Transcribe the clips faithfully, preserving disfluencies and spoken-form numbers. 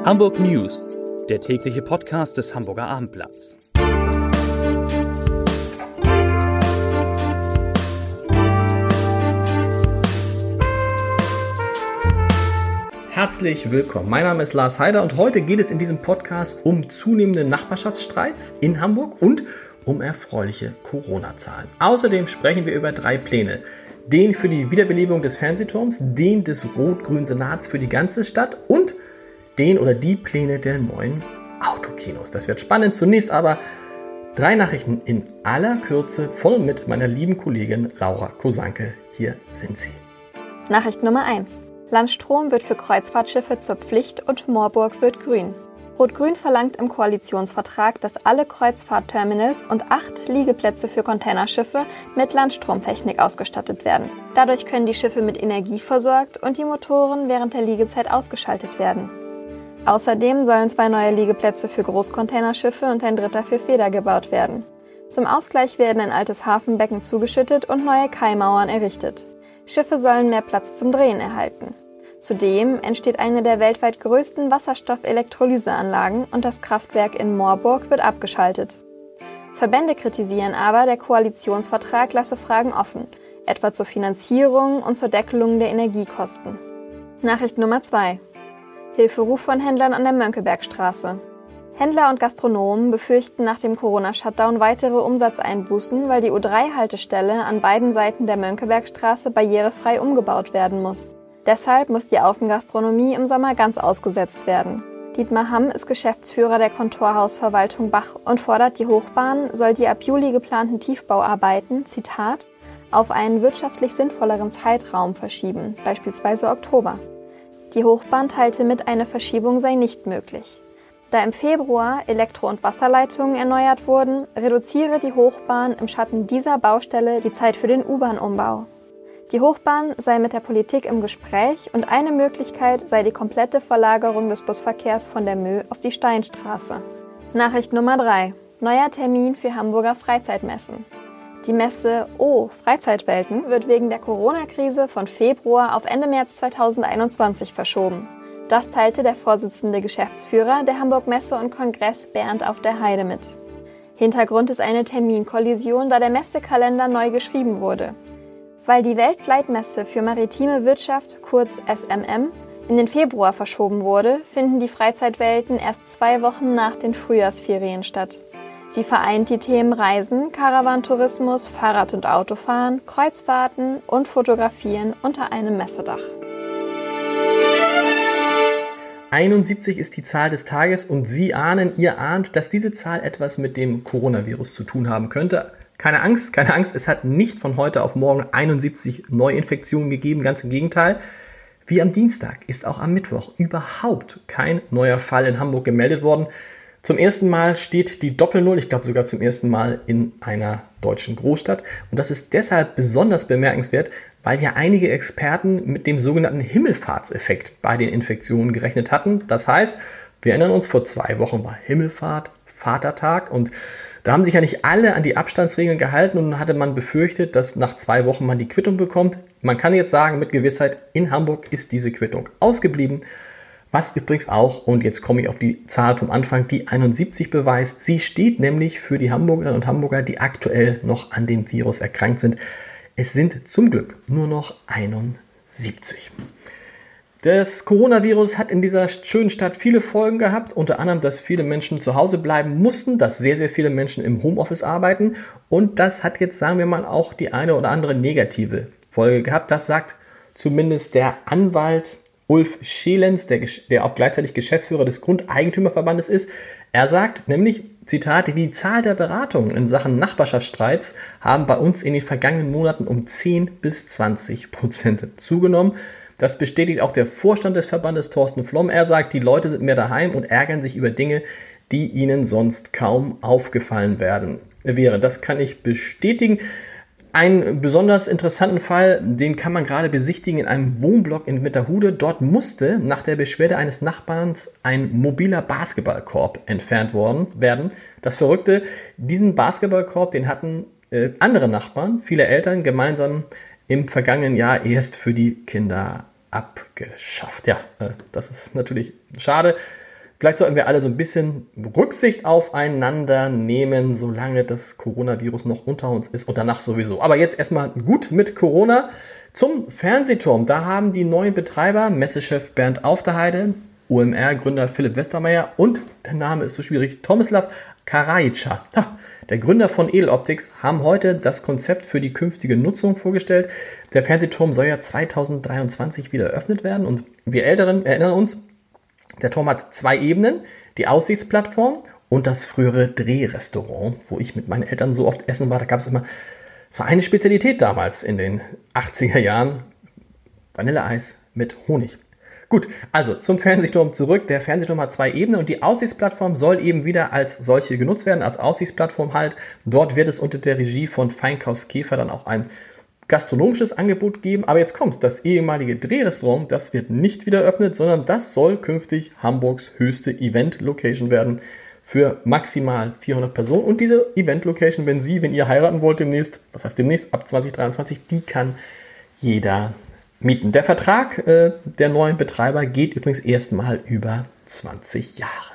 Hamburg News, der tägliche Podcast des Hamburger Abendblatts. Herzlich willkommen. Mein Name ist Lars Heider und heute geht es in diesem Podcast um zunehmende Nachbarschaftsstreits in Hamburg und um erfreuliche Corona-Zahlen. Außerdem sprechen wir über drei Pläne. Den für die Wiederbelebung des Fernsehturms, den des rot-grünen Senats für die ganze Stadt und den oder die Pläne der neuen Autokinos. Das wird spannend. Zunächst aber drei Nachrichten in aller Kürze voll mit meiner lieben Kollegin Laura Kosanke. Hier sind sie. Nachricht Nummer eins. Landstrom wird für Kreuzfahrtschiffe zur Pflicht und Moorburg wird grün. Rot-Grün verlangt im Koalitionsvertrag, dass alle Kreuzfahrtterminals und acht Liegeplätze für Containerschiffe mit Landstromtechnik ausgestattet werden. Dadurch können die Schiffe mit Energie versorgt und die Motoren während der Liegezeit ausgeschaltet werden. Außerdem sollen zwei neue Liegeplätze für Großcontainerschiffe und ein dritter für Feder gebaut werden. Zum Ausgleich werden ein altes Hafenbecken zugeschüttet und neue Kaimauern errichtet. Schiffe sollen mehr Platz zum Drehen erhalten. Zudem entsteht eine der weltweit größten Wasserstoff-Elektrolyseanlagen und das Kraftwerk in Moorburg wird abgeschaltet. Verbände kritisieren aber, der Koalitionsvertrag lasse Fragen offen, etwa zur Finanzierung und zur Deckelung der Energiekosten. Nachricht Nummer zwei. Hilferuf von Händlern an der Mönckebergstraße. Händler und Gastronomen befürchten nach dem Corona-Shutdown weitere Umsatzeinbußen, weil die U drei Haltestelle an beiden Seiten der Mönckebergstraße barrierefrei umgebaut werden muss. Deshalb muss die Außengastronomie im Sommer ganz ausgesetzt werden. Dietmar Hamm ist Geschäftsführer der Kontorhausverwaltung Bach und fordert, die Hochbahn soll die ab Juli geplanten Tiefbauarbeiten, Zitat, auf einen wirtschaftlich sinnvolleren Zeitraum verschieben, beispielsweise Oktober. Die Hochbahn teilte mit, eine Verschiebung sei nicht möglich. Da im Februar Elektro- und Wasserleitungen erneuert wurden, reduziere die Hochbahn im Schatten dieser Baustelle die Zeit für den U-Bahn-Umbau. Die Hochbahn sei mit der Politik im Gespräch und eine Möglichkeit sei die komplette Verlagerung des Busverkehrs von der Mö auf die Steinstraße. Nachricht Nummer drei. Neuer Termin für Hamburger Freizeitmessen. Die Messe O Freizeitwelten wird wegen der Corona-Krise von Februar auf Ende März zweitausendeinundzwanzig verschoben. Das teilte der Vorsitzende Geschäftsführer der Hamburg Messe und Kongress Bernd auf der Heide mit. Hintergrund ist eine Terminkollision, da der Messekalender neu geschrieben wurde. Weil die Weltleitmesse für maritime Wirtschaft, kurz S M M, in den Februar verschoben wurde, finden die Freizeitwelten erst zwei Wochen nach den Frühjahrsferien statt. Sie vereint die Themen Reisen, Karawantourismus, Fahrrad- und Autofahren, Kreuzfahrten und Fotografieren unter einem Messedach. einundsiebzig ist die Zahl des Tages und Sie ahnen, ihr ahnt, dass diese Zahl etwas mit dem Coronavirus zu tun haben könnte. Keine Angst, keine Angst, es hat nicht von heute auf morgen einundsiebzig Neuinfektionen gegeben, ganz im Gegenteil. Wie am Dienstag ist auch am Mittwoch überhaupt kein neuer Fall in Hamburg gemeldet worden. Zum ersten Mal steht die Doppelnull, ich glaube sogar zum ersten Mal in einer deutschen Großstadt. Und das ist deshalb besonders bemerkenswert, weil ja einige Experten mit dem sogenannten Himmelfahrtseffekt bei den Infektionen gerechnet hatten. Das heißt, wir erinnern uns, vor zwei Wochen war Himmelfahrt, Vatertag und da haben sich ja nicht alle an die Abstandsregeln gehalten und dann hatte man befürchtet, dass nach zwei Wochen man die Quittung bekommt. Man kann jetzt sagen mit Gewissheit, in Hamburg ist diese Quittung ausgeblieben. Was übrigens auch, und jetzt komme ich auf die Zahl vom Anfang, die einundsiebzig beweist. Sie steht nämlich für die Hamburgerinnen und Hamburger, die aktuell noch an dem Virus erkrankt sind. Es sind zum Glück nur noch einundsiebzig. Das Coronavirus hat in dieser schönen Stadt viele Folgen gehabt, unter anderem, dass viele Menschen zu Hause bleiben mussten, dass sehr, sehr viele Menschen im Homeoffice arbeiten und das hat jetzt, sagen wir mal, auch die eine oder andere negative Folge gehabt. Das sagt zumindest der Anwalt Ulf Schelens, der, der auch gleichzeitig Geschäftsführer des Grundeigentümerverbandes ist. Er sagt nämlich, Zitat, die Zahl der Beratungen in Sachen Nachbarschaftsstreits haben bei uns in den vergangenen Monaten um zehn bis zwanzig Prozent zugenommen. Das bestätigt auch der Vorstand des Verbandes, Thorsten Flom. Er sagt, die Leute sind mehr daheim und ärgern sich über Dinge, die ihnen sonst kaum aufgefallen werden, wäre. Das kann ich bestätigen. Einen besonders interessanten Fall, den kann man gerade besichtigen in einem Wohnblock in Mitterhude. Dort musste nach der Beschwerde eines Nachbarns ein mobiler Basketballkorb entfernt worden werden. Das Verrückte, diesen Basketballkorb, den hatten äh, andere Nachbarn, viele Eltern, gemeinsam im vergangenen Jahr erst für die Kinder abgeschafft. Ja, äh, das ist natürlich schade. Vielleicht sollten wir alle so ein bisschen Rücksicht aufeinander nehmen, solange das Coronavirus noch unter uns ist und danach sowieso. Aber jetzt erstmal gut mit Corona. Zum Fernsehturm. Da haben die neuen Betreiber, Messechef Bernd Aufderheide, O M R-Gründer Philipp Westermeier und, der Name ist so schwierig, Tomislav Karajica, der Gründer von Edeloptics, haben heute das Konzept für die künftige Nutzung vorgestellt. Der Fernsehturm soll ja zweitausenddreiundzwanzig wieder eröffnet werden und wir Älteren erinnern uns, der Turm hat zwei Ebenen, die Aussichtsplattform und das frühere Drehrestaurant, wo ich mit meinen Eltern so oft essen war. Da gab es immer, es war eine Spezialität damals in den achtziger Jahren, Vanilleeis mit Honig. Gut, also zum Fernsehturm zurück. Der Fernsehturm hat zwei Ebenen und die Aussichtsplattform soll eben wieder als solche genutzt werden, als Aussichtsplattform halt. Dort wird es unter der Regie von Feinkaus Käfer dann auch ein gastronomisches Angebot geben. Aber jetzt kommt's, das ehemalige Drehrestaurant, das wird nicht wieder eröffnet, sondern das soll künftig Hamburgs höchste Event-Location werden für maximal vierhundert Personen. Und diese Event-Location, wenn Sie, wenn ihr heiraten wollt demnächst, was heißt demnächst, ab zwanzig dreiundzwanzig, die kann jeder mieten. Der Vertrag äh, der neuen Betreiber geht übrigens erstmal über zwanzig Jahre.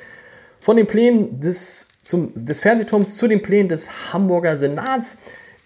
Von den Plänen des, zum, des Fernsehturms zu den Plänen des Hamburger Senats,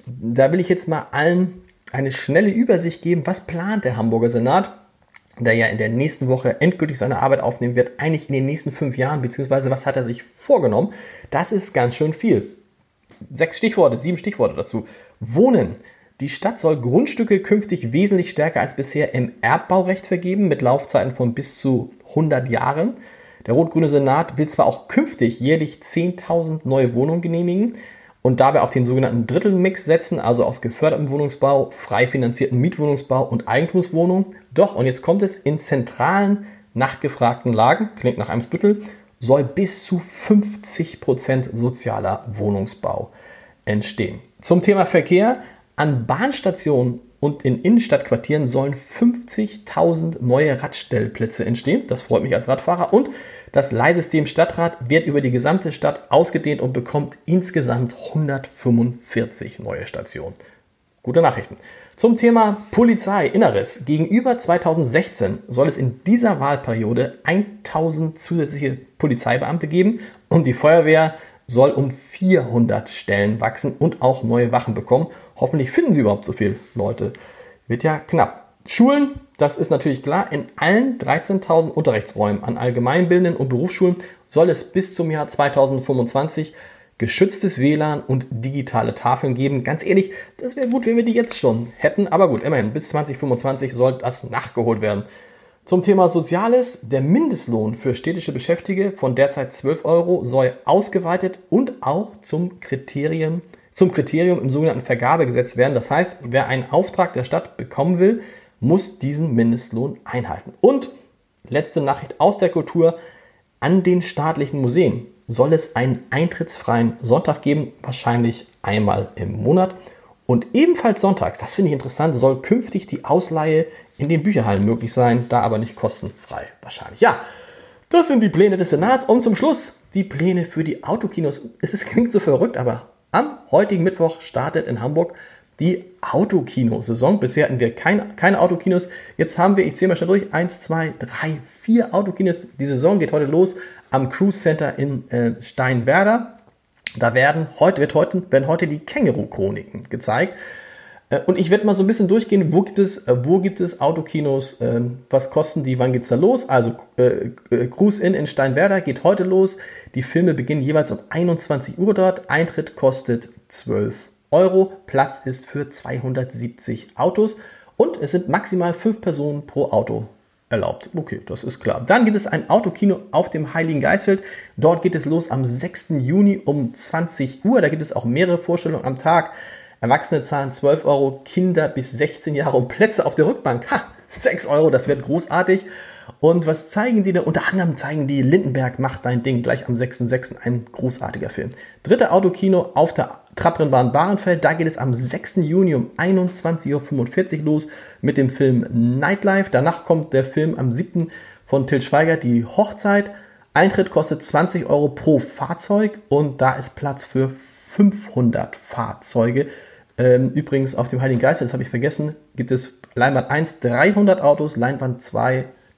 da will ich jetzt mal allen eine schnelle Übersicht geben. Was plant der Hamburger Senat, der ja in der nächsten Woche endgültig seine Arbeit aufnehmen wird, eigentlich in den nächsten fünf Jahren, beziehungsweise was hat er sich vorgenommen? Das ist ganz schön viel. Sechs Stichworte, sieben Stichworte dazu. Wohnen. Die Stadt soll Grundstücke künftig wesentlich stärker als bisher im Erbbaurecht vergeben, mit Laufzeiten von bis zu hundert Jahren. Der rot-grüne Senat will zwar auch künftig jährlich zehntausend neue Wohnungen genehmigen und dabei auf den sogenannten Drittelmix setzen, also aus gefördertem Wohnungsbau, frei finanzierten Mietwohnungsbau und Eigentumswohnungen. Doch, und jetzt kommt es, in zentralen, nachgefragten Lagen, klingt nach Eimsbüttel, soll bis zu fünfzig Prozent sozialer Wohnungsbau entstehen. Zum Thema Verkehr. An Bahnstationen und in Innenstadtquartieren sollen fünfzigtausend neue Radstellplätze entstehen. Das freut mich als Radfahrer. Und das Leihsystem Stadtrat wird über die gesamte Stadt ausgedehnt und bekommt insgesamt hundertfünfundvierzig neue Stationen. Gute Nachrichten. Zum Thema Polizei Inneres. Gegenüber zweitausendsechzehn soll es in dieser Wahlperiode tausend zusätzliche Polizeibeamte geben und die Feuerwehr soll um vierhundert Stellen wachsen und auch neue Wachen bekommen. Hoffentlich finden sie überhaupt so viele Leute. Wird ja knapp. Schulen, das ist natürlich klar. In allen dreizehntausend Unterrichtsräumen an allgemeinbildenden und Berufsschulen soll es bis zum Jahr zweitausendfünfundzwanzig geschütztes W L A N und digitale Tafeln geben. Ganz ehrlich, das wäre gut, wenn wir die jetzt schon hätten. Aber gut, immerhin, bis zweitausendfünfundzwanzig soll das nachgeholt werden. Zum Thema Soziales. Der Mindestlohn für städtische Beschäftigte von derzeit zwölf Euro soll ausgeweitet und auch zum Kriterium, zum Kriterium im sogenannten Vergabegesetz werden. Das heißt, wer einen Auftrag der Stadt bekommen will, muss diesen Mindestlohn einhalten. Und letzte Nachricht aus der Kultur. An den staatlichen Museen soll es einen eintrittsfreien Sonntag geben, wahrscheinlich einmal im Monat. Und ebenfalls sonntags, das finde ich interessant, soll künftig die Ausleihe in den Bücherhallen möglich sein, da aber nicht kostenfrei wahrscheinlich. Ja, das sind die Pläne des Senats. Und zum Schluss die Pläne für die Autokinos. Es ist, klingt so verrückt, aber am heutigen Mittwoch startet in Hamburg die Autokino-Saison. Bisher hatten wir kein, keine Autokinos. Jetzt haben wir, ich zähle mal schnell durch, eins, zwei, drei, vier Autokinos. Die Saison geht heute los am Cruise Center in äh, Steinwerder. Da werden heute, wird heute, werden heute die Känguru-Chroniken gezeigt. Äh, und ich werde mal so ein bisschen durchgehen, wo gibt es, äh, wo gibt es Autokinos, äh, was kosten die, wann geht's da los? Also äh, äh, Cruise Inn in Steinwerder geht heute los. Die Filme beginnen jeweils um einundzwanzig Uhr dort. Eintritt kostet zwölf Euro. Platz ist für zweihundertsiebzig Autos. Und es sind maximal fünf Personen pro Auto erlaubt. Okay, das ist klar. Dann gibt es ein Autokino auf dem Heiligen Geistfeld. Dort geht es los am sechsten Juni um zwanzig Uhr. Da gibt es auch mehrere Vorstellungen am Tag. Erwachsene zahlen zwölf Euro, Kinder bis sechzehn Jahre und Plätze auf der Rückbank. Ha, sechs Euro, das wird großartig. Und was zeigen die denn? Unter anderem zeigen die Lindenberg macht dein Ding gleich am sechsten sechsten Ein großartiger Film. Dritte Autokino auf der Trabrennbahn Bahrenfeld. Da geht es am sechsten Juni um einundzwanzig Uhr fünfundvierzig los mit dem Film Nightlife. Danach kommt der Film am siebten von Til Schweiger, die Hochzeit. Eintritt kostet zwanzig Euro pro Fahrzeug und da ist Platz für fünfhundert Fahrzeuge. Ähm, übrigens auf dem Heiligen Geistfeld, das habe ich vergessen, gibt es Leinwand eins dreihundert Autos, Leinwand zwei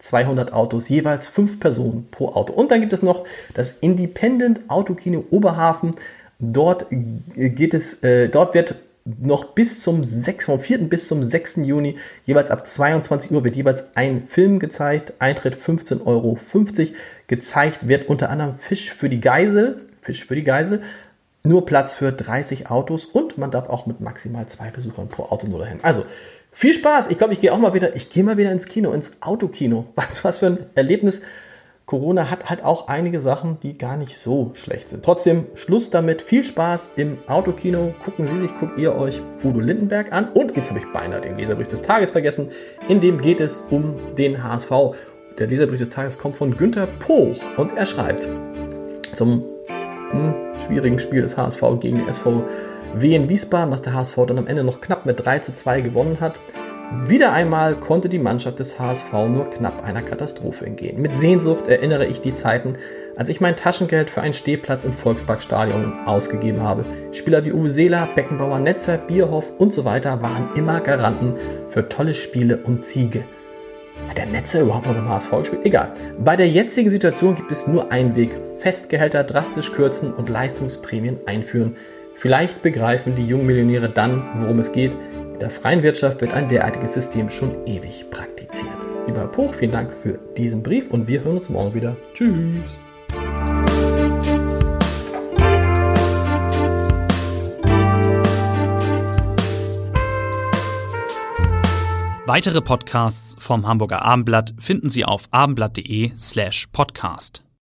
zweihundert Autos, jeweils fünf Personen pro Auto. Und dann gibt es noch das Independent Autokino Oberhafen. Dort geht es, äh, dort wird noch bis zum sechsten, vom vierten bis zum sechsten Juni, jeweils ab zweiundzwanzig Uhr wird jeweils ein Film gezeigt, Eintritt fünfzehn Euro fünfzig. Gezeigt wird unter anderem Fisch für die Geisel, Fisch für die Geisel, nur Platz für dreißig Autos und man darf auch mit maximal zwei Besuchern pro Auto nur dahin. Also viel Spaß, ich glaube, ich gehe auch mal wieder, ich gehe mal wieder ins Kino, ins Autokino. Was, was für ein Erlebnis. Corona hat halt auch einige Sachen, die gar nicht so schlecht sind. Trotzdem, Schluss damit. Viel Spaß im Autokino. Gucken Sie sich, guckt ihr euch Udo Lindenberg an. Und jetzt habe ich beinahe den Leserbrief des Tages vergessen. In dem geht es um den H S V. Der Leserbrief des Tages kommt von Günther Poch. Und er schreibt zum hm, schwierigen Spiel des H S V gegen den S V W in Wiesbaden, was der H S V dann am Ende noch knapp mit drei zu zwei gewonnen hat. Wieder einmal konnte die Mannschaft des H S V nur knapp einer Katastrophe entgehen. Mit Sehnsucht erinnere ich die Zeiten, als ich mein Taschengeld für einen Stehplatz im Volksparkstadion ausgegeben habe. Spieler wie Uwe Seeler, Beckenbauer, Netzer, Bierhoff und so weiter waren immer Garanten für tolle Spiele und Siege. Hat der Netzer überhaupt noch beim H S V gespielt? Egal. Bei der jetzigen Situation gibt es nur einen Weg. Festgehälter drastisch kürzen und Leistungsprämien einführen. Vielleicht begreifen die jungen Millionäre dann, worum es geht. In der freien Wirtschaft wird ein derartiges System schon ewig praktiziert. Lieber Herr Poch, vielen Dank für diesen Brief und wir hören uns morgen wieder. Tschüss. Weitere Podcasts vom Hamburger Abendblatt finden Sie auf abendblatt punkt de slash podcast.